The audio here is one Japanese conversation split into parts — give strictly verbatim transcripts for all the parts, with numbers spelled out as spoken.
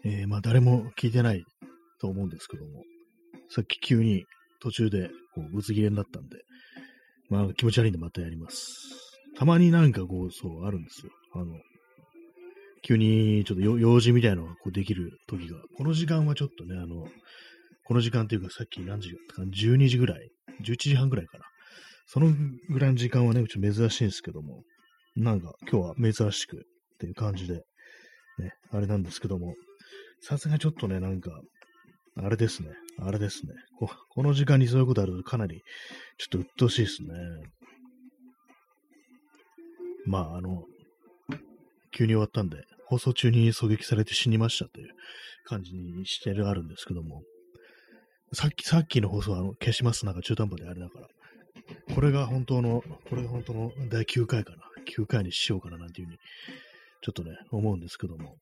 えー、まあ誰も聞いてないと思うんですけども、さっき急に途中でこうぶつ切れになったんで、まあ気持ち悪いんでまたやります。たまになんかこう、そうあるんですよ。あの、急にちょっとよ用事みたいなのがこうできる時が、この時間はちょっとね、あの、この時間っていうかさっき何時だったかな、じゅうにじぐらい、じゅういちじはんぐらいかな。そのぐらいの時間はね、ちょっと珍しいんですけども、なんか今日は珍しくっていう感じで、ね、あれなんですけども、さすがにちょっとね、なんか、あれですね、あれですねこ、この時間にそういうことあるとかなりちょっと鬱陶しいですね。まあ、あの、急に終わったんで、放送中に狙撃されて死にましたという感じにしてるあるんですけども、さっき、さっきの放送はあの消します。なんか中途半端であれだから。これが本当の、これが本当のだいきゅうかいかな。きゅうかいにしようかななんていうふうに、ちょっとね、思うんですけども。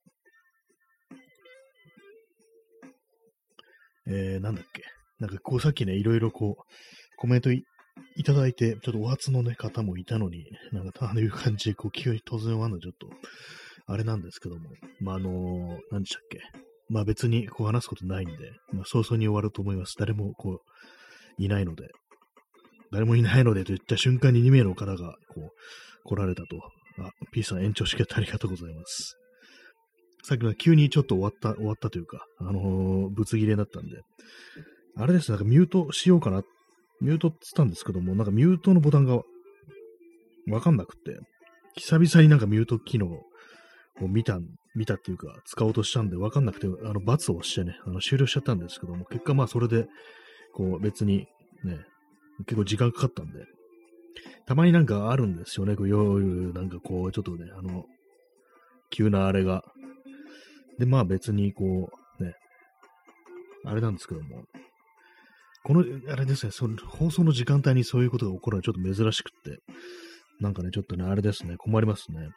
えー、なんだっけ。なんかこうさっきね、いろいろこう、コメントい、いただいて、ちょっとお初のね、方もいたのに、なんかああいう感じで、こう、急に突然終わるのちょっと、あれなんですけども。まあ、あのー、何でしたっけ。まあ別にこう話すことないんで、まあ早々に終わると思います。誰もこう、いないので。誰もいないのでと言った瞬間ににめいの方が、こう、来られたと。あ、P さん延長してくれてありがとうございます。さっきの急にちょっと終わった、終わったというか、あのー、ぶつ切れになったんで、あれですね、なんかミュートしようかな、ミュートって言ったんですけども、なんかミュートのボタンがわかんなくて、久々になんかミュート機能を見た、見たっていうか、使おうとしたんでわかんなくて、あの、罰を押してね、あの終了しちゃったんですけども、結果まあそれで、こう別にね、結構時間かかったんで、たまになんかあるんですよね、こう夜、なんかこう、ちょっとね、あの、急なあれが。で、まあ別にこう、ね、あれなんですけども、この、あれですね、その放送の時間帯にそういうことが起こるのはちょっと珍しくって、なんかね、ちょっとね、あれですね、困りますね。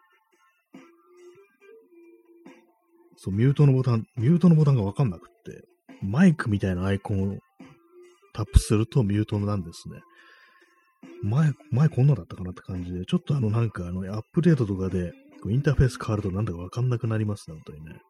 そう、ミュートのボタン、ミュートのボタンがわかんなくって、マイクみたいなアイコンをタップするとミュートなんですね。前、前こんなだったかなって感じで、ちょっとあのなんかあのアップデートとかでこうインターフェース変わるとなんだかわかんなくなりますね、本当にね。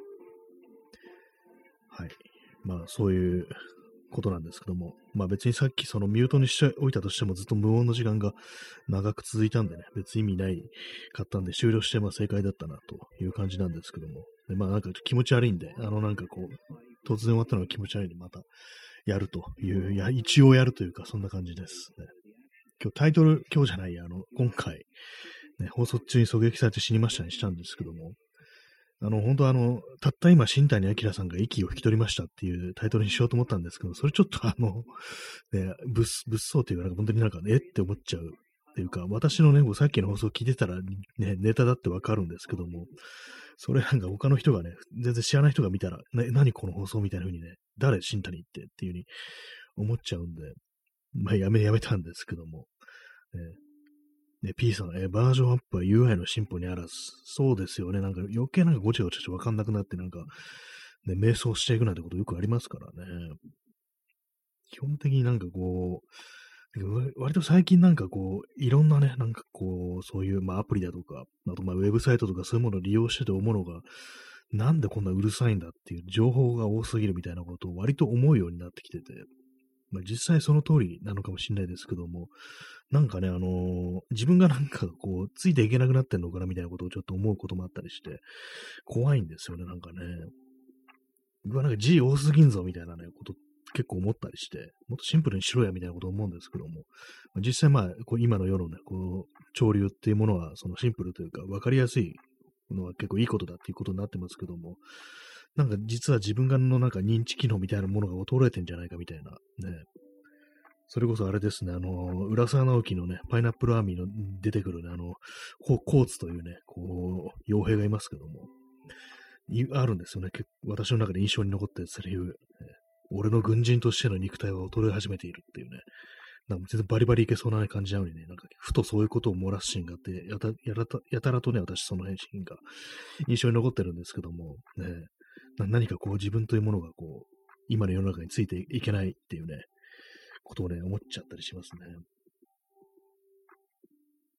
はい。まあそういうことなんですけども、まあ別にさっきそのミュートにしておいたとしてもずっと無音の時間が長く続いたんでね、別に意味ないかったんで終了してまあ正解だったなという感じなんですけども、でまあなんか気持ち悪いんで、あのなんかこう、突然終わったのが気持ち悪いんでまたやるという、いや、一応やるというかそんな感じですね。今日タイトル、今日じゃないや、あの、今回、ね、放送中に狙撃されて死にましたにしたんですけども、あの、本当あの、たった今、新谷明さんが息を引き取りましたっていうタイトルにしようと思ったんですけど、それちょっとあの、ね、物、物騒というか、なんか本当になんかね、えって思っちゃうっていうか、私のね、さっきの放送を聞いてたら、ね、ネタだってわかるんですけども、それなんか他の人がね、全然知らない人が見たら、ね、何この放送みたいな風にね、誰新谷ってっていう風に思っちゃうんで、まあやめ、やめたんですけども、ね、ね、P さん、えーバージョンアップは ユーアイ の進歩にあらず。そうですよね。なんか余計なんかごちゃごちゃしてわかんなくなって、なんか、ね、迷走していくなんてことよくありますからね。基本的になんかこう、わ割と最近なんかこう、いろんなね、なんかこう、そういう、まあアプリだとか、あとまあウェブサイトとかそういうものを利用してて思うのが、なんでこんなうるさいんだっていう情報が多すぎるみたいなことを割と思うようになってきてて、まあ実際その通りなのかもしれないですけども、なんかね、あのー自分がなんかこう、ついていけなくなってんのかなみたいなことをちょっと思うこともあったりして、怖いんですよね、なんかね。うわ、なんか字多すぎんぞみたいなね、こと結構思ったりして、もっとシンプルにしろやみたいなことを思うんですけども、まあ実際まあ、こう今の世のね、こう、潮流っていうものは、そのシンプルというか、わかりやすいのは結構いいことだっていうことになってますけども、なんか実は自分がのなんか認知機能みたいなものが衰えてんじゃないかみたいな、ね、それこそあれですね、あの、浦沢直樹のね、パイナップルアーミーの出てくるね、あの、ココーツというね、こう、傭兵がいますけども、いあるんですよね。結構私の中で印象に残ってるセリフ、え俺の軍人としての肉体は衰え始めているっていうね、なんか全然バリバリいけそうな感じなのにね、なんかふとそういうことを漏らすシーンがあって、やたやらたやたらとね、私その辺シーンが印象に残ってるんですけども、ね、な何かこう自分というものがこう、今の世の中についていけないっていうね、ことをね、思っちゃったりしますね。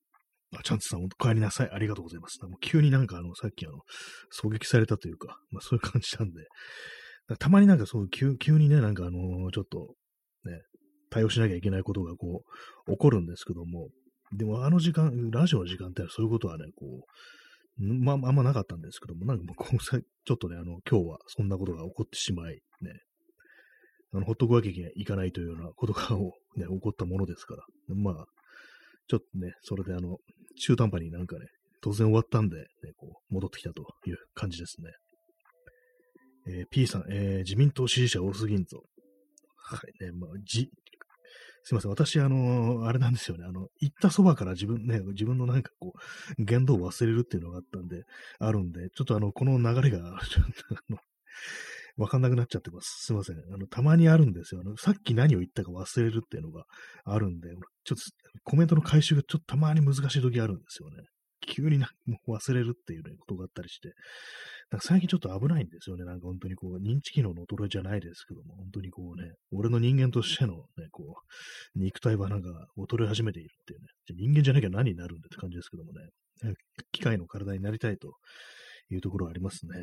あ、チャンツさん、お帰りなさい。ありがとうございます。もう急になんかあの、さっきあの、狙撃されたというか、まあそういう感じなんで、たまになんかそう急、急にね、なんかあのーちょっと、ね、対応しなきゃいけないことがこう、起こるんですけども、でもあの時間、ラジオの時間ってそういうことはね、こう、んまあ、あんまなかったんですけども、なんかもうこの際、ちょっとね、あの、今日はそんなことが起こってしまい、ね、あの、ほっとくわけにはいかないというようなことが、ね、起こったものですから、まあ、ちょっとね、それであの、中途半端になんかね、突然終わったんで、ね、こう、戻ってきたという感じですね。えー P さん、えー自民党支持者多すぎんぞ。はいね、まあ、じ、すいません。私、あのーあれなんですよね。あの、行ったそばから自分ね、自分のなんかこう、言動を忘れるっていうのがあったんで、あるんで、ちょっとあの、この流れが、ちょっとあの、わかんなくなっちゃってます。すいません。あの、たまにあるんですよ。あの、さっき何を言ったか忘れるっていうのがあるんで、ちょっとコメントの回収がちょっとたまに難しい時あるんですよね。急にな、もう忘れるっていうね、ことがあったりして。なんか最近ちょっと危ないんですよね。なんか本当にこう、認知機能の衰えじゃないですけども、本当にこうね、俺の人間としてのね、こう、肉体はなんか衰え始めているっていうね。じゃ人間じゃなきゃ何になるんだって感じですけどもね。機械の体になりたいというところはありますね。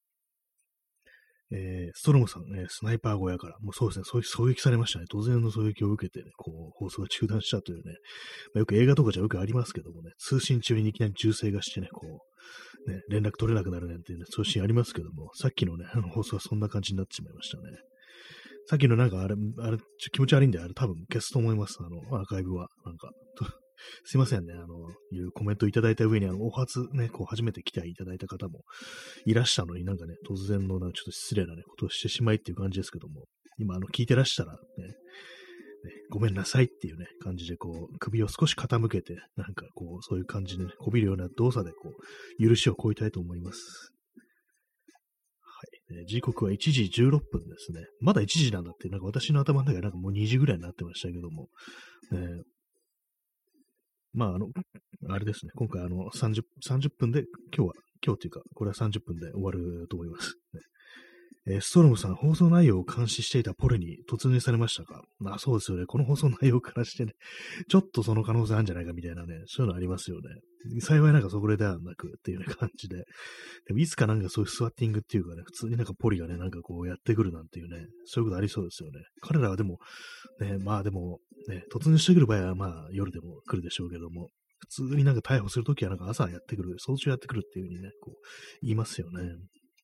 えー、ストロムさん、えースナイパー小屋から、もうそうですね、そういう狙撃されましたね。突然の狙撃を受けてね、こう、放送が中断したというね、まあ、よく映画とかじゃよくありますけどもね、通信中にいきなり銃声がしてね、こう、ね、連絡取れなくなるなんていうね、そういうシーンありますけども、さっきのね、あの放送はそんな感じになってしまいましたね。さっきのなんかあれ、あれ、ちょ気持ち悪いんで、あれ多分消すと思います、あの、アーカイブは。なんか、とすいませんね、あの、いうコメントいただいた上に、あの、お初ね、こう、初めて来ていただいた方もいらしたのになんかね、突然のなんかちょっと失礼なね、ことをしてしまいっていう感じですけども、今、あの、聞いてらしたらね、ねごめんなさいっていうね、感じで、こう、首を少し傾けて、なんかこう、そういう感じでね、こびるような動作で、こう、許しを請いたいと思います。はい。ね、時刻はいちじじゅうろっぷんですね。まだいちじなんだって、なんか私の頭の中でなんかもうにじぐらいになってましたけども、ね、まあ、あの、あれですね、今回あの、さんじゅう、さんじゅっぷんで、今日は、今日というか、これはさんじゅっぷんで終わると思います。ねえーストロムさん、放送内容を監視していたポレに突入されましたか？まあそうですよね。この放送内容からしてね、ちょっとその可能性あるんじゃないかみたいなね、そういうのありますよね。幸いなんかそこではなくっていうね感じで。でもいつかなんかそういうスワッティングっていうかね、普通になんかポリがね、なんかこうやってくるなんていうね、そういうことありそうですよね。彼らはでも、ね、まあでも、ね、突入してくる場合はまあ夜でも来るでしょうけども、普通になんか逮捕するときはなんか朝やってくる、早朝やってくるっていう風にね、こう言いますよね。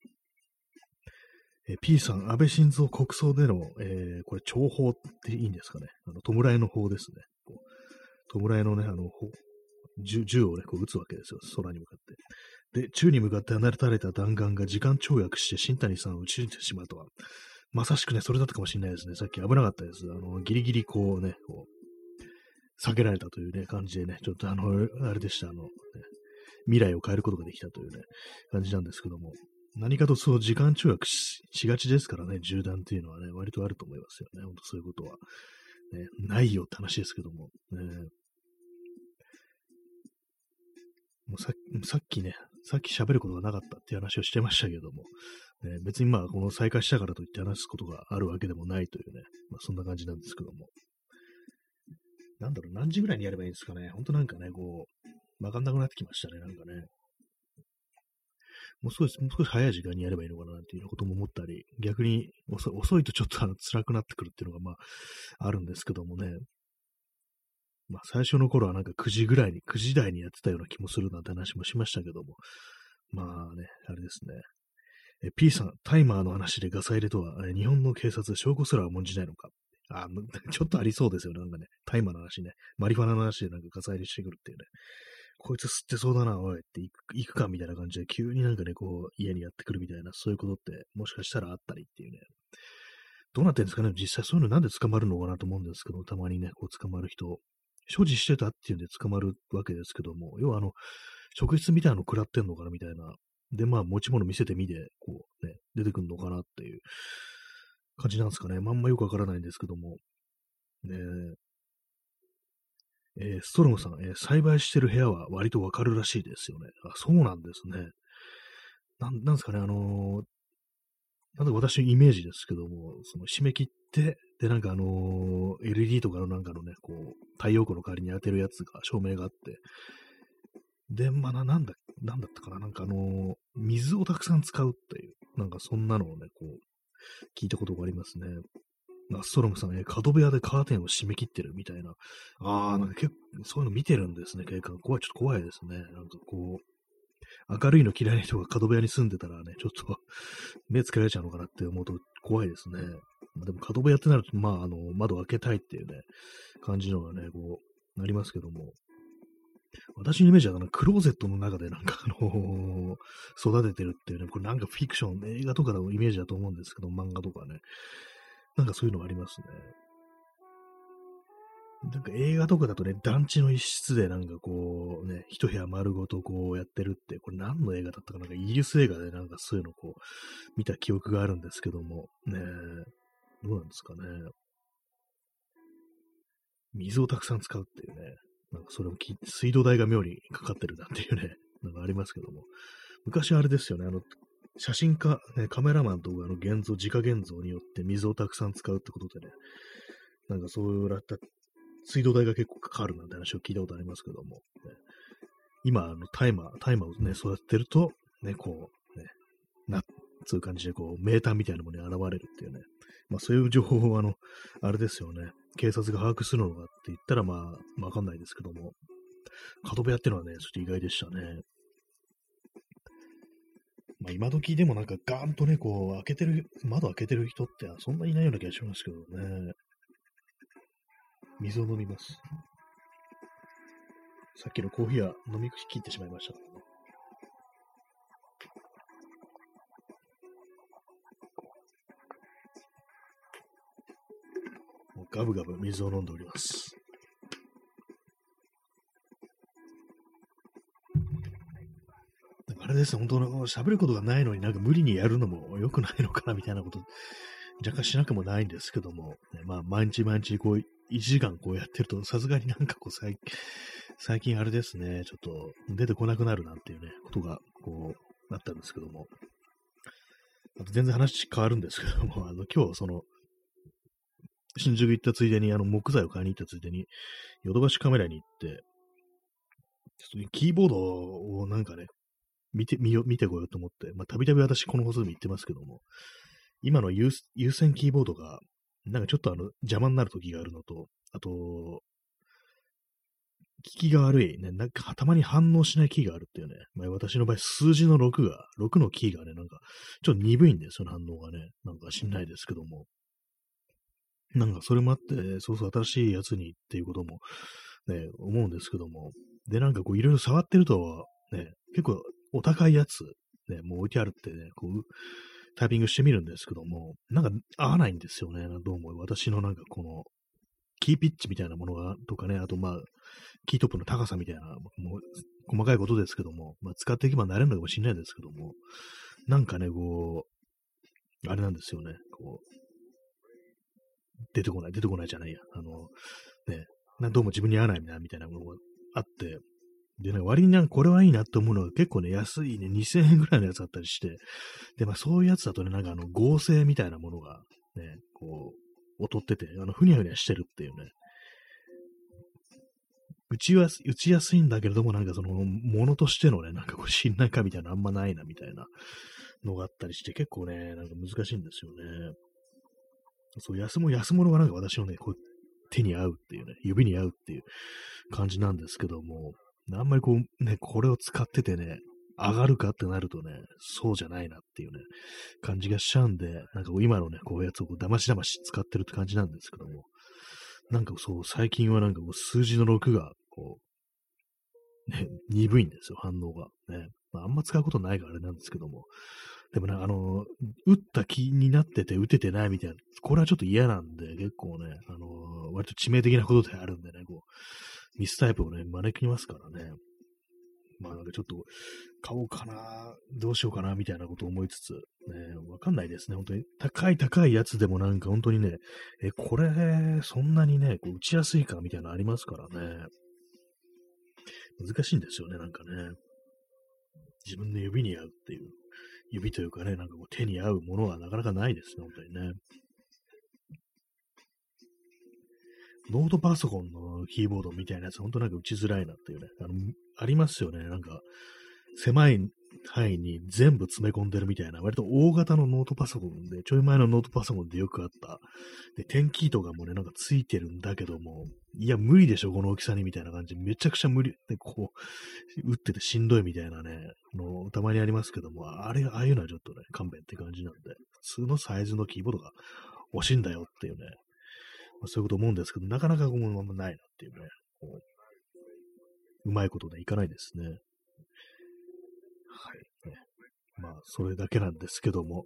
えー P さん、安倍晋三国葬での、えーこれ、弔砲っていいんですかね。あの、弔いの砲ですね。こう弔いのね、あの、砲銃銃をね、こう撃つわけですよ。空に向かって。で、宙に向かって放たれた弾丸が時間跳躍して新谷さんを撃ち抜いてしまうとは。まさしくね、それだったかもしれないですね。さっき危なかったです。あの、ギリギリこうね、こう、避けられたというね、感じでね、ちょっとあの、あれでした。あの、ね、未来を変えることができたというね、感じなんですけども。何かとそう時間跳躍ししがちですからね、銃弾っていうのはね、割とあると思いますよね。ほんとそういうことは。ね、ないよって話ですけども。ね、もうささっきね、さっき喋ることがなかったっていう話をしてましたけども、ね、別にまあ、この再開したからといって話すことがあるわけでもないというね、まあ、そんな感じなんですけども。なんだろう、何時ぐらいにやればいいんですかね。ほんとなんかね、こう、わかんなくなってきましたね、なんかね。もう少し、もう少し早い時間にやればいいのかなっていうことも思ったり、逆に遅遅いとちょっとあの辛くなってくるっていうのがまああるんですけどもね。まあ最初の頃はなんかくじぐらいに、くじ台にやってたような気もするなんて話もしましたけども。まあね、あれですね。え P さん、タイマーの話でガサ入れとは、え日本の警察、証拠すら重んじないのか。あ、ちょっとありそうですよね。なんかね、タイマーの話ね。マリファナの話でなんかガサ入れしてくるっていうね。こいつ吸ってそうだな、おいって行く行くかみたいな感じで、急になんかね、こう、家にやってくるみたいな、そういうことって、もしかしたらあったりっていうね。どうなってんですかね、実際そういうのなんで捕まるのかなと思うんですけど、たまにね、こう捕まる人、所持してたっていうんで捕まるわけですけども、要はあの、職質みたいなの食らってんのかなみたいな。で、まあ、持ち物見せてみて、こう、ね、出てくるのかなっていう感じなんですかね。まあんまよくわからないんですけども。ねえーストロムさん、えー栽培してる部屋は割とわかるらしいですよね。あ、そうなんですね。なん、なんですかね、あのーなんで私のイメージですけども、その締め切って、で、なんかあのー エルイーディー とかのなんかのね、こう、太陽光の代わりに当てるやつが、照明があって、 で、まあな、なんだ、なんだったかな、なんかあのー水をたくさん使うっていう、なんかそんなのをね、こう、聞いたことがありますね。アストロムさん、え、角部屋でカーテンを閉め切ってるみたいな。ああ、なんか結構、そういうの見てるんですね、警官。怖い、ちょっと怖いですね。なんかこう、明るいの嫌いな人が角部屋に住んでたらね、ちょっと目つけられちゃうのかなって思うと怖いですね。まあ、でも角部屋ってなると、まあ、あの、窓を開けたいっていうね、感じのがね、こう、なりますけども、私のイメージは、あの、クローゼットの中でなんか、あの育ててるっていうね、これなんかフィクション、映画とかのイメージだと思うんですけど、漫画とかね、なんかそういうのありますね。なんか映画とかだとね、団地の一室でなんかこうね、一部屋丸ごとこうやってるって、これ何の映画だったかなんかイギリス映画でなんかそういうのこう見た記憶があるんですけども、ねえ、どうなんですかね。水をたくさん使うっていうね、なんかそれもき水道代が妙にかかってるなんていうね、なんかありますけども、昔はあれですよね、あの、写真家、ね、カメラマンとかの現像、自家現像によって水をたくさん使うってことでね、なんかそうやった水道代が結構かかるなんて話を聞いたことありますけども、ね、今、あの、タイマー、タイマーをね、育ててると、ね、こう、ね、な、そういう感じで、こう、メーターみたいなものに現れるっていうね。まあ、そういう情報を、あの、あれですよね。警察が把握するのかって言ったら、まあ、わかんないですけども、角部屋っていうのはね、ちょっと意外でしたね。まあ、今時でもなんかガーンとね、こう、開けてる、窓開けてる人ってそんなにいないような気がしますけどね。水を飲みます。さっきのコーヒーは飲み切ってしまいましたからね。もうガブガブ水を飲んでおります。あれですね、本当の喋ることがないのになんか無理にやるのも良くないのかなみたいなこと若干しなくもないんですけども、ね、まあ毎日毎日こういちじかんこうやってるとさすがになんかこう最最近あれですね、ちょっと出てこなくなるなんていうね、ことがこうなったんですけども、あと全然話変わるんですけども、あの今日その新宿行ったついでにあの木材を買いに行ったついでにヨドバシカメラに行って、ちょっとキーボードをなんかね、見て、見よ、見てこようと思って、まあ、たびたび私この放送でも言ってますけども、今の有有線キーボードが、なんかちょっとあの、邪魔になる時があるのと、あと、効きが悪い、ね、なんかたまに反応しないキーがあるっていうね、まあ、私の場合数字のろくが、ろくのキーがね、なんか、ちょっと鈍いんですよね、反応がね。なんか知んないですけども。なんかそれもあって、そうそう新しいやつにっていうこともね、思うんですけども。で、なんかこういろいろ触ってると、ね、結構お高いやつ、ね、もう置いてあるってね、こう、タイピングしてみるんですけども、なんか合わないんですよね。どうも私のなんかこの、キーピッチみたいなものが、とかね、あとまあ、キートップの高さみたいな、もう細かいことですけども、まあ、使っていけばなれるのかもしれないですけども、なんかね、こう、あれなんですよね、こう、出てこない、出てこないじゃないや、あの、ね、などうも自分に合わないな、みたいなものがあって、で、ね、割になんかこれはいいなって思うのが結構ね、安いね、にせんえんぐらいのやつあったりして、で、まあそういうやつだとね、なんかあの合成みたいなものがね、こう、劣ってて、あの、ふにゃふにゃしてるっていうね、打ちやす、打ちやすいんだけれども、なんかその、ものとしてのね、なんかこう、信頼感みたいなのあんまないな、みたいなのがあったりして、結構ね、なんか難しいんですよね。そう、安物、安物がなんか私のね、こう、手に合うっていうね、指に合うっていう感じなんですけども、あんまりこう、ね、これを使っててね、上がるかってなるとね、そうじゃないなっていうね、感じがしちゃうんで、なんかこう今のね、こういうやつをこうだましだまし使ってるって感じなんですけども、なんかそう、最近はなんかこう数字のろくが、こう、ね、鈍いんですよ、反応が。ね。まあ、あんま使うことないからあれなんですけども。でもね、あの、打った気になってて打ててないみたいな、これはちょっと嫌なんで、結構ね、あの、割と致命的なことであるんでね、こう、ミスタイプをね、招きますからね。まあなんかちょっと、買おうかな、どうしようかな、みたいなことを思いつつ、ね、わかんないですね、本当に。高い高いやつでもなんか本当にね、え、これ、そんなにね、こう打ちやすいかみたいなのありますからね。難しいんですよね、なんかね。自分の指に合うっていう。指というかね、なんかこう手に合うものはなかなかないですね、本当にね。 ノートパソコンのキーボードみたいなやつ、ほんとなんか打ちづらいなっていうね、あの、ありますよね。なんか、狭い範囲に全部詰め込んでるみたいな、割と大型のノートパソコンで、ちょい前のノートパソコンでよくあった。で、テンキーとかもね、なんかついてるんだけども、いや、無理でしょ、この大きさにみたいな感じ。めちゃくちゃ無理。で、こう、打っててしんどいみたいなね、のたまにありますけども、あれ、ああいうのはちょっとね、勘弁って感じなんで、普通のサイズのキーボードが欲しいんだよっていうね、まあ、そういうこと思うんですけど、なかなかこのままないなっていうね、こう、うまいことでいかないですね。はい。ね、まあ、それだけなんですけども、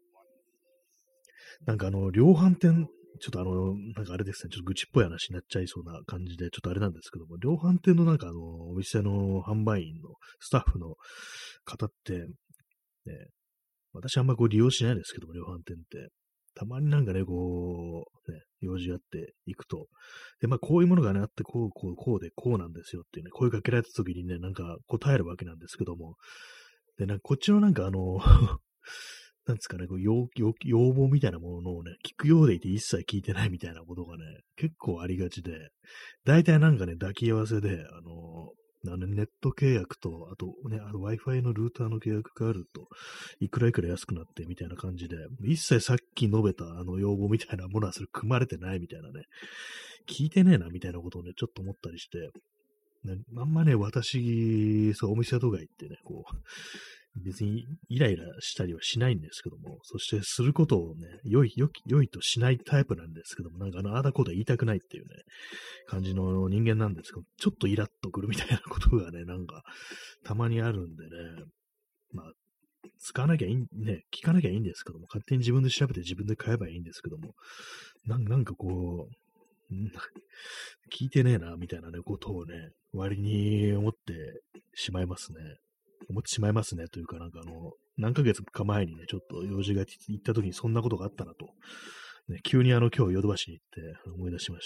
なんかあの、量販店、ちょっとあの、なんかあれですね、ちょっと愚痴っぽい話になっちゃいそうな感じで、ちょっとあれなんですけども、量販店のなんかあの、お店の販売員のスタッフの方って、ね、私あんまこう利用しないですけども、量販店って。たまになんかね、こう、ね、用事があって行くと。で、まあこういうものがね、あって、こう、こう、こうで、こうなんですよっていうね、声かけられた時にね、なんか答えるわけなんですけども。で、なんかこっちのなんかあの、なんですかね、こう要要要望みたいなものをね、聞くようでいて一切聞いてないみたいなことがね、結構ありがちで、大体なんかね、抱き合わせで、あの、あのネット契約と、あとね、あの Wi-Fi のルーターの契約があると、いくらいくら安くなってみたいな感じで、一切さっき述べたあの要望みたいなものはそれ組まれてないみたいなね、聞いてねえなみたいなことをね、ちょっと思ったりして、ね、あんまね、私、そう、お店とか行ってね、こう、別にイライラしたりはしないんですけども、そしてすることをね、良い、良き、良いとしないタイプなんですけども、なんかあの、ああだこうだ言いたくないっていうね、感じの人間なんですけど、ちょっとイラッとくるみたいなことがね、なんか、たまにあるんでね、まあ、使わなきゃいい、ね、聞かなきゃいいんですけども、勝手に自分で調べて自分で買えばいいんですけども、ななんかこう、ん聞いてねえな、みたいなね、ことをね、割に思ってしまいますね。思ってしまいますね。というか、なんかあの、何ヶ月か前にね、ちょっと用事が行った時にそんなことがあったなと、ね、急にあの、今日ヨドバシに行って思い出しました。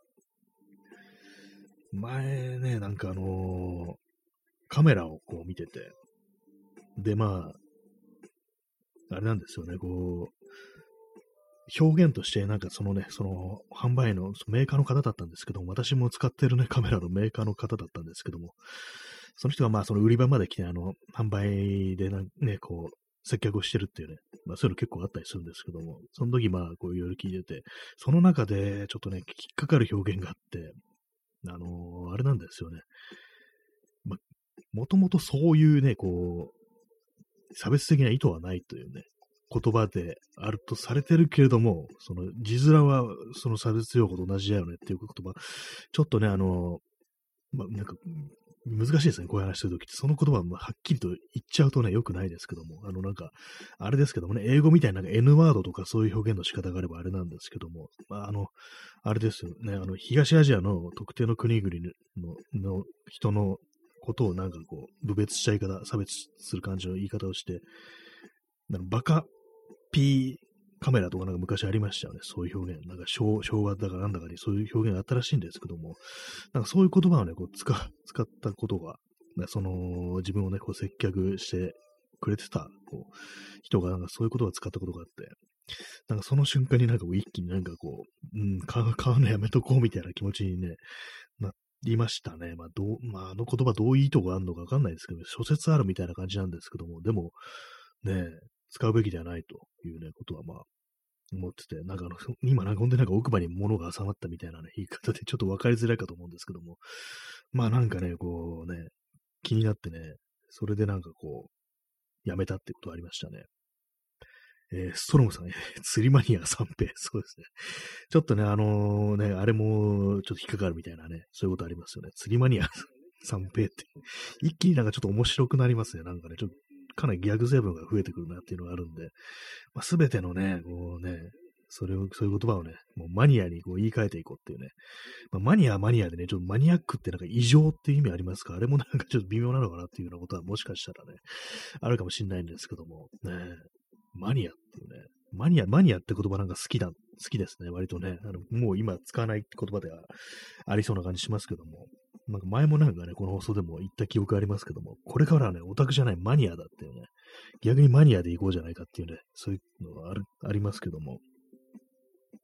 前ね、なんかあのーカメラをこう見てて、で、まあ、あれなんですよね、こう、表現として、なんかそのね、その販売のメーカーの方だったんですけども、私も使ってるね、カメラのメーカーの方だったんですけども、その人がまあその売り場まで来て、あの、販売でなね、こう、接客をしてるっていうね、まあそういうの結構あったりするんですけども、その時まあこういろいろ聞いてて、その中でちょっとね、引っかかる表現があって、あのーあれなんですよね。まあ、もともとそういうね、こう、差別的な意図はないというね、言葉であるとされてるけれども、その字面はその差別用語と同じだよねっていう言葉、ちょっとね、あの、まあ、なんか、難しいですね、こういう話するときって。その言葉ははっきりと言っちゃうとね、良くないですけども、あの、なんか、あれですけどもね、英語みたいななんか N ワードとかそういう表現の仕方があればあれなんですけども、まあ、あの、あれですよね、あの、東アジアの特定の国々のの人のことをなんかこう、侮蔑した言い方、差別する感じの言い方をして、なんかバカピーカメラとかなんか昔ありましたよね。そういう表現。なんか昭昭和だかなんだかにそういう表現があったらしいんですけども、なんかそういう言葉をね、こう使使ったことが、ね、その自分をね、こう接客してくれてたこう人がなんかそういう言葉を使ったことがあって、なんかその瞬間になんかこう一気になんかこう、うん、買う、買うのやめとこうみたいな気持ちにね、なりましたね。まあ、どう、まあ、あの言葉どういいとこあるのかわかんないですけど、諸説あるみたいな感じなんですけども、でも、ね、使うべきではないというね、ことはまあ、思ってて、なんかあの、今なんか本当になんか奥歯に物が挟まったみたいなね、言い方でちょっと分かりづらいかと思うんですけども、まあなんかね、こうね、気になってね、それでなんかこう、やめたってことありましたね。えー、ストロムさん、えー釣りマニア三平、そうですね。ちょっとね、あのね、あれもちょっと引っかかるみたいなね、そういうことありますよね。釣りマニア三平って、一気になんかちょっと面白くなりますね。なんかね、ちょっとかなりギャグ成分が増えてくるなっていうのがあるんで、まあ、全てのね、こうね、それを、そういう言葉をね、もうマニアにこう言い換えていこうっていうね。まあ、マニアはマニアでね、ちょっとマニアックってなんか異常っていう意味ありますか？あれもなんかちょっと微妙なのかなっていうようなことはもしかしたらね、あるかもしれないんですけども、ね、マニアっていうね、マニア、マニアって言葉なんか好きだ、好きですね、割とね。あの、もう今使わないって言葉ではありそうな感じしますけども、なんか前もなんかね、この放送でも言った記憶ありますけども、これからはね、オタクじゃないマニアだっていうね、逆にマニアで行こうじゃないかっていうね、そういうのがある、ありますけども、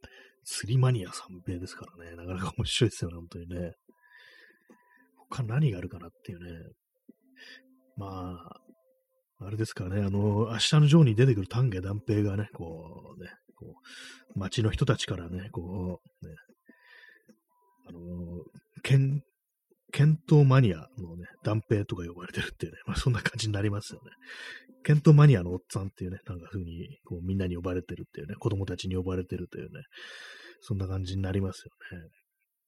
釣りマニア三平ですからね。なかなか面白いですよね、本当にね。他何があるかなっていうね。まあ、あれですかね、あの、明日のジョーに出てくる丹下段平がね、こうね、こう、街の人たちからね、こう、ね、あの、剣、剣闘マニアのね、段平とか呼ばれてるっていうね、まあそんな感じになりますよね。剣闘マニアのおっさんっていうね、なんか風に、こうみんなに呼ばれてるっていうね、子供たちに呼ばれてるというね、そんな感じになりますよね。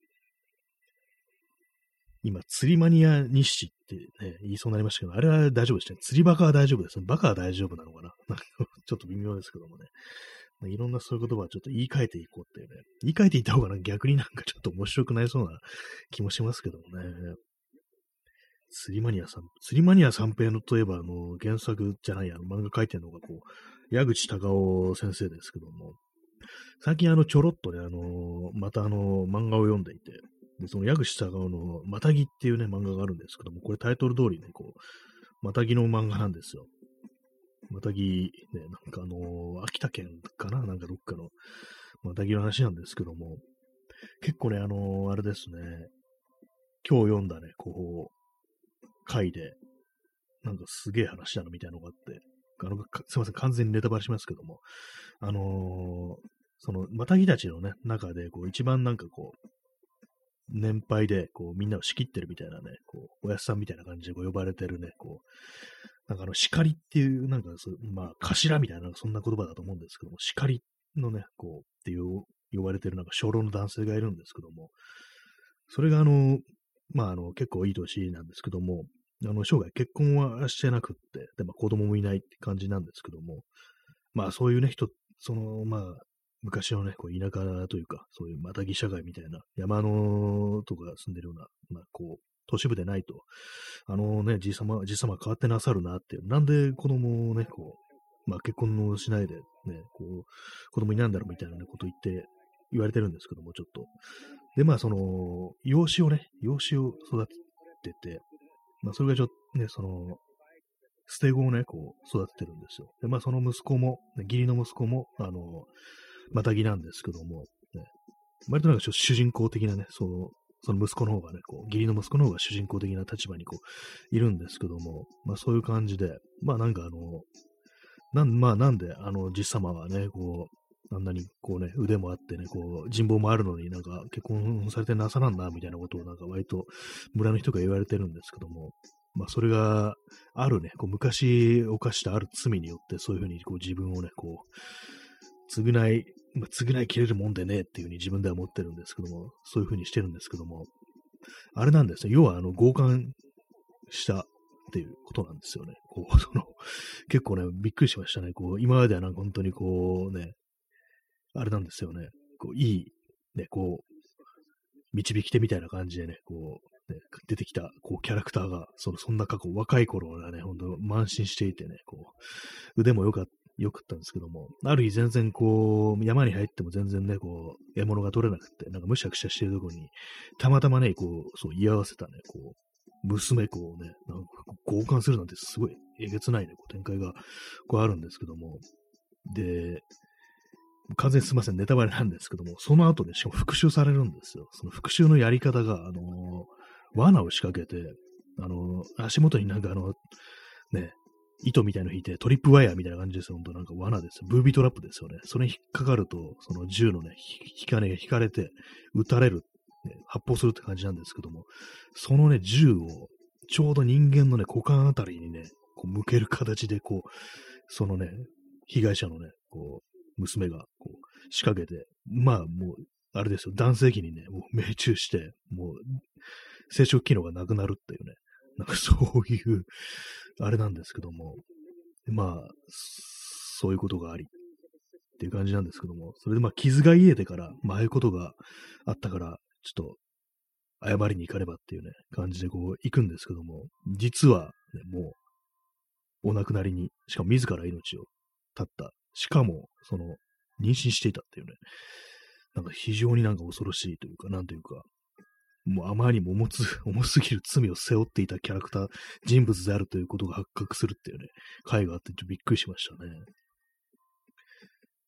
今、釣りマニア日誌ってね、言いそうになりましたけど、あれは大丈夫でしたね。釣りバカは大丈夫ですね。バカは大丈夫なのかななんかちょっと微妙ですけどもね。まあ、いろんなそういう言葉はちょっと言い換えていこうっていうね。言い換えていった方がなんか逆になんかちょっと面白くなりそうな気もしますけどもね。釣りマニアさん、釣りマニア三平のといえば、あの、原作じゃない、あの、漫画書いてるのが、こう、矢口隆夫先生ですけども、最近あの、ちょろっとね、あの、またあの、漫画を読んでいて、で、その矢口隆夫の、またぎっていうね、漫画があるんですけども、これタイトル通りね、こう、またぎの漫画なんですよ。またぎ、ね、なんかあの、秋田県かななんかどっかの、またぎの話なんですけども、結構ね、あの、あれですね、今日読んだね、こう、回で、なんかすげえ話だなみたいなのがあって、あの、すいません、完全にネタバレしますけども、あのーその、またぎたちのね、中で、こう、一番なんかこう、年配で、こう、みんなを仕切ってるみたいなね、こう、おやすさんみたいな感じでこう呼ばれてるね、こう、なんかあの、叱りっていう、なんかそう、まあ、頭みたいな、そんな言葉だと思うんですけども、叱りのね、こう、っていう、呼ばれてるなんか、小老の男性がいるんですけども、それがあの、まあ、あの、結構いい年なんですけども、あの、生涯結婚はしてなくって、で、まあ、子供もいないって感じなんですけども、まあ、そういうね、人、その、まあ、昔のね、こう田舎というか、そういうまたぎ社会みたいな、山のとか住んでるような、まあ、こう、都市部でないと、あのね、じいさま、じいさま変わってなさるなっていう、なんで子供をね、こう、まあ、結婚をしないで、ね、こう、子供いないんだろうみたいな、ね、こと言って、言われてるんですけども、ちょっと。で、まあ、その、養子をね、養子を育ててて、まあ、それがちょっとね、その、捨て子をね、こう、育ててるんですよ。で、まあ、その息子も、ね、義理の息子も、あの、またぎなんですけども、ね、割となんかちょっと主人公的なね、その、その息子の方がね、こう、義理の息子の方が主人公的な立場にこう、いるんですけども、まあそういう感じで、まあなんかあの、なん、まあなんで、あの、じ様はね、こう、あんなにこうね、腕もあってね、こう、人望もあるのになんか結婚されてなさらんな、みたいなことをなんか割と村の人が言われてるんですけども、まあそれがあるね、こう昔犯したある罪によってそういうふうにこう自分をね、こう、償い、まあ、償いきれるもんでねえっていうふうに自分では思ってるんですけども、そういうふうにしてるんですけども、あれなんですね、要はあの強姦したっていうことなんですよね。こう、その、結構ね、びっくりしましたね。こう、今まではなんか本当にこうね、あれなんですよね。こう、いい、ね、こう、導き手みたいな感じでね、こう、ね、出てきた、こう、キャラクターが、その、そんな過去、若い頃はね、ほんと、慢心していてね、こう、腕もよかった、よくったんですけども、ある日全然こう、山に入っても全然ね、こう、獲物が取れなくて、なんかむしゃくしゃしてるところに、たまたまね、こう、そう、居合わせたね、こう、娘子をね、なんか強姦するなんてすごいえげつないね、こう展開がこうあるんですけども、で、完全にすみません、ネタバレなんですけども、その後でしかも復讐されるんですよ。その復讐のやり方が、あのー罠を仕掛けて、あのー足元になんかあの、ね、糸みたいの引いて、トリップワイヤーみたいな感じですよ。ほんとなんか罠ですよ。ブービートラップですよね。それに引っかかると、その銃のね、引かねが引かれて、撃たれる、ね、発砲するって感じなんですけども、そのね、銃を、ちょうど人間のね、股間あたりにね、こう向ける形で、こう、そのね、被害者のね、こう、娘が、こう、仕掛けて、まあ、もう、あれですよ、男性器にね、もう命中して、もう、生殖機能がなくなるっていうね、なんかそういう、あれなんですけども、まあ、そういうことがあり、っていう感じなんですけども、それでまあ、傷が癒えてから、まあ、ああいうことがあったから、ちょっと、謝りに行かねばっていうね、感じでこう、行くんですけども、実は、ね、もう、お亡くなりに、しかも自ら命を絶った。しかも、その、妊娠していたっていうね、なんか非常になんか恐ろしいというか、なんというか、もうあまりにも重つ、重すぎる罪を背負っていたキャラクター、人物であるということが発覚するっていうね、回があってちょっとびっくりしましたね。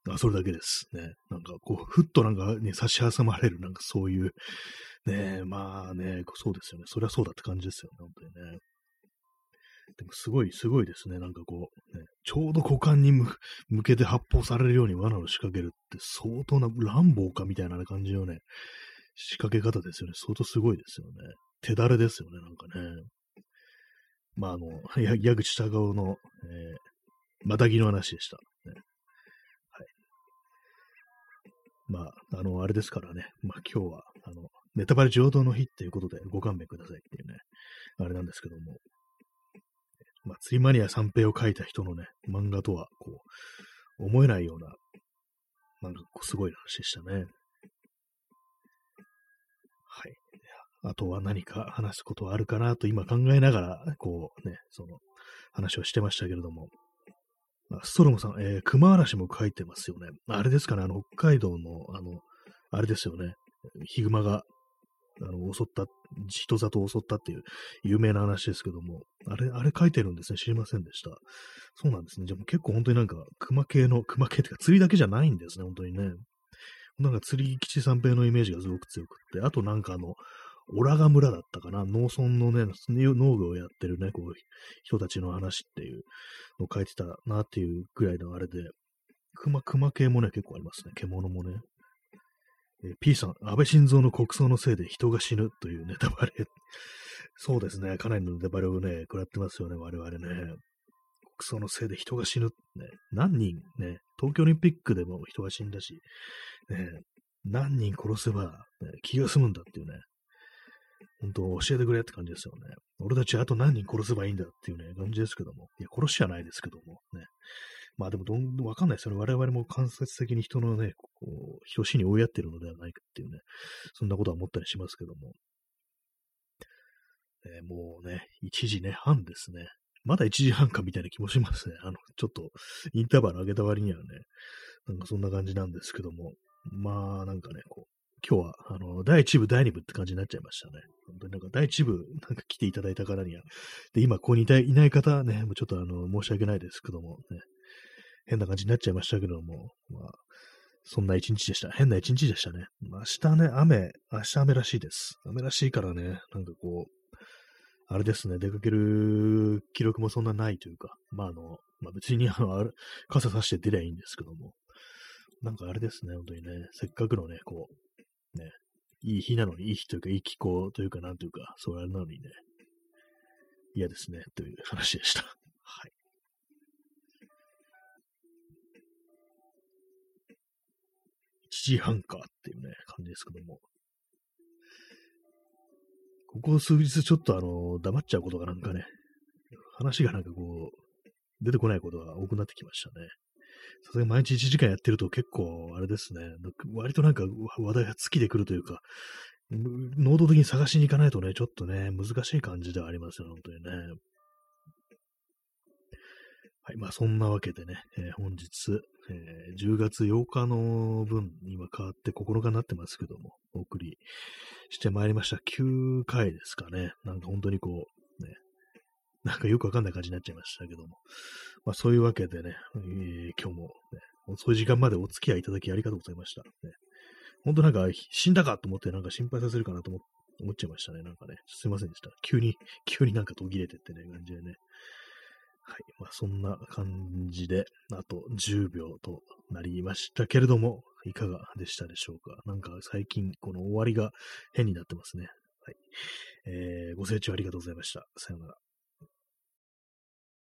あ、それだけです。ね。なんかこう、ふっとなんかね、差し挟まれる、なんかそういう、ね、まあね、そうですよね。そりゃそうだって感じですよね、本当にね。でもすごい、すごいですね。なんかこう、ね、ちょうど股間に向向けて発砲されるように罠を仕掛けるって相当な乱暴かみたいな感じのね、仕掛け方ですよね。相当すごいですよね。手だれですよね、なんかね。まあ、あの、や矢口隆夫の、えー、またぎの話でした。ね、はい。まあ、あの、あれですからね。まあ、今日は、あの、ネタバレ上等の日っていうことでご勘弁くださいっていうね、あれなんですけども。まあ、釣りマニア三平を描いた人のね、漫画とは、こう、思えないような、なんかこう、すごい話でしたね。はい。あとは何か話すことはあるかなと今考えながら、こうね、その話をしてましたけれども、まあ、ストロムさん、えー、熊嵐も書いてますよね。あれですかね、あの、北海道の、あの、あれですよね、ヒグマが、あの、襲った、人里を襲ったっていう有名な話ですけども、あれ、あれ書いてるんですね。知りませんでした。そうなんですね。じゃあもう結構本当になんか、熊系の、熊系っていうか釣りだけじゃないんですね、本当にね。なんか釣り吉三平のイメージがすごく強くって、あとなんかあの、オラガ村だったかな、農村のね、農業をやってるね、こう、人たちの話っていうのを書いてたなっていうぐらいのあれで、熊、熊系もね、結構ありますね。獣もね。えー、P さん、安倍晋三の国葬のせいで人が死ぬというネタバレ。そうですね。かなりのネタバレをね、食らってますよね、我々ね。国葬のせいで人が死ぬ。ね、何人ね、東京オリンピックでも人が死んだし、ね、何人殺せば、ね、気が済むんだっていうね、本当教えてくれって感じですよね。俺たちあと何人殺せばいいんだっていうね、感じですけども。いや、殺しじゃないですけども。ね。まあでもどん、わかんないですよね。我々も間接的に人のね、こう、人死に追いやってるのではないかっていうね、そんなことは思ったりしますけども。えーもうね、いちじね、半ですね。まだいちじはんかみたいな気もしますね。あの、ちょっと、インターバル上げた割にはね、なんかそんな感じなんですけども。まあ、なんかね、こう、今日は、あの、だいいち部、だいに部って感じになっちゃいましたね。本当になんかだいいち部、なんか来ていただいた方には、で、今ここにいたいない方ね、もうちょっとあの、申し訳ないですけども、ね、変な感じになっちゃいましたけども、まあ、そんな一日でした。変な一日でしたね。明日ね、雨、明日雨らしいです。雨らしいからね、なんかこう、あれですね、出かける記録もそんなないというか、まああの、まあ別にあの、あれ傘さして出りゃいいんですけども、なんかあれですね、本当にね、せっかくのね、こう、ね、いい日なのに、いい日というか、いい気候というか、なんというか、そうあれなのにね、嫌ですね、という話でした。はい。いちじはんかっていうね、感じですけども。ここ数日ちょっとあの、黙っちゃうことがなんかね、話がなんかこう、出てこないことが多くなってきましたね。さすがに毎日いちじかんやってると結構、あれですね、割となんか話題が尽きてくるというか、能動的に探しに行かないとね、ちょっとね、難しい感じではありますよ、本当にね。はい、まあそんなわけでね、えー本日、えーじゅうがつようかの分、今変わってここのかになってますけども、お送りしてまいりました。きゅうかいですかね。なんか本当にこう、ね、なんかよくわかんない感じになっちゃいましたけども。まあそういうわけでね、えー今日も、ね、遅い時間までお付き合いいただきありがとうございました。ね、本当なんか死んだかと思ってなんか心配させるかなと思思っちゃいましたね。なんかね、すいませんでした。急に、急になんか途切れてってね、感じでね。はい。まあ、そんな感じで、あとじゅうびょうとなりましたけれども、いかがでしたでしょうか。なんか最近、この終わりが変になってますね。はい。えー、ご清聴ありがとうございました。さようなら。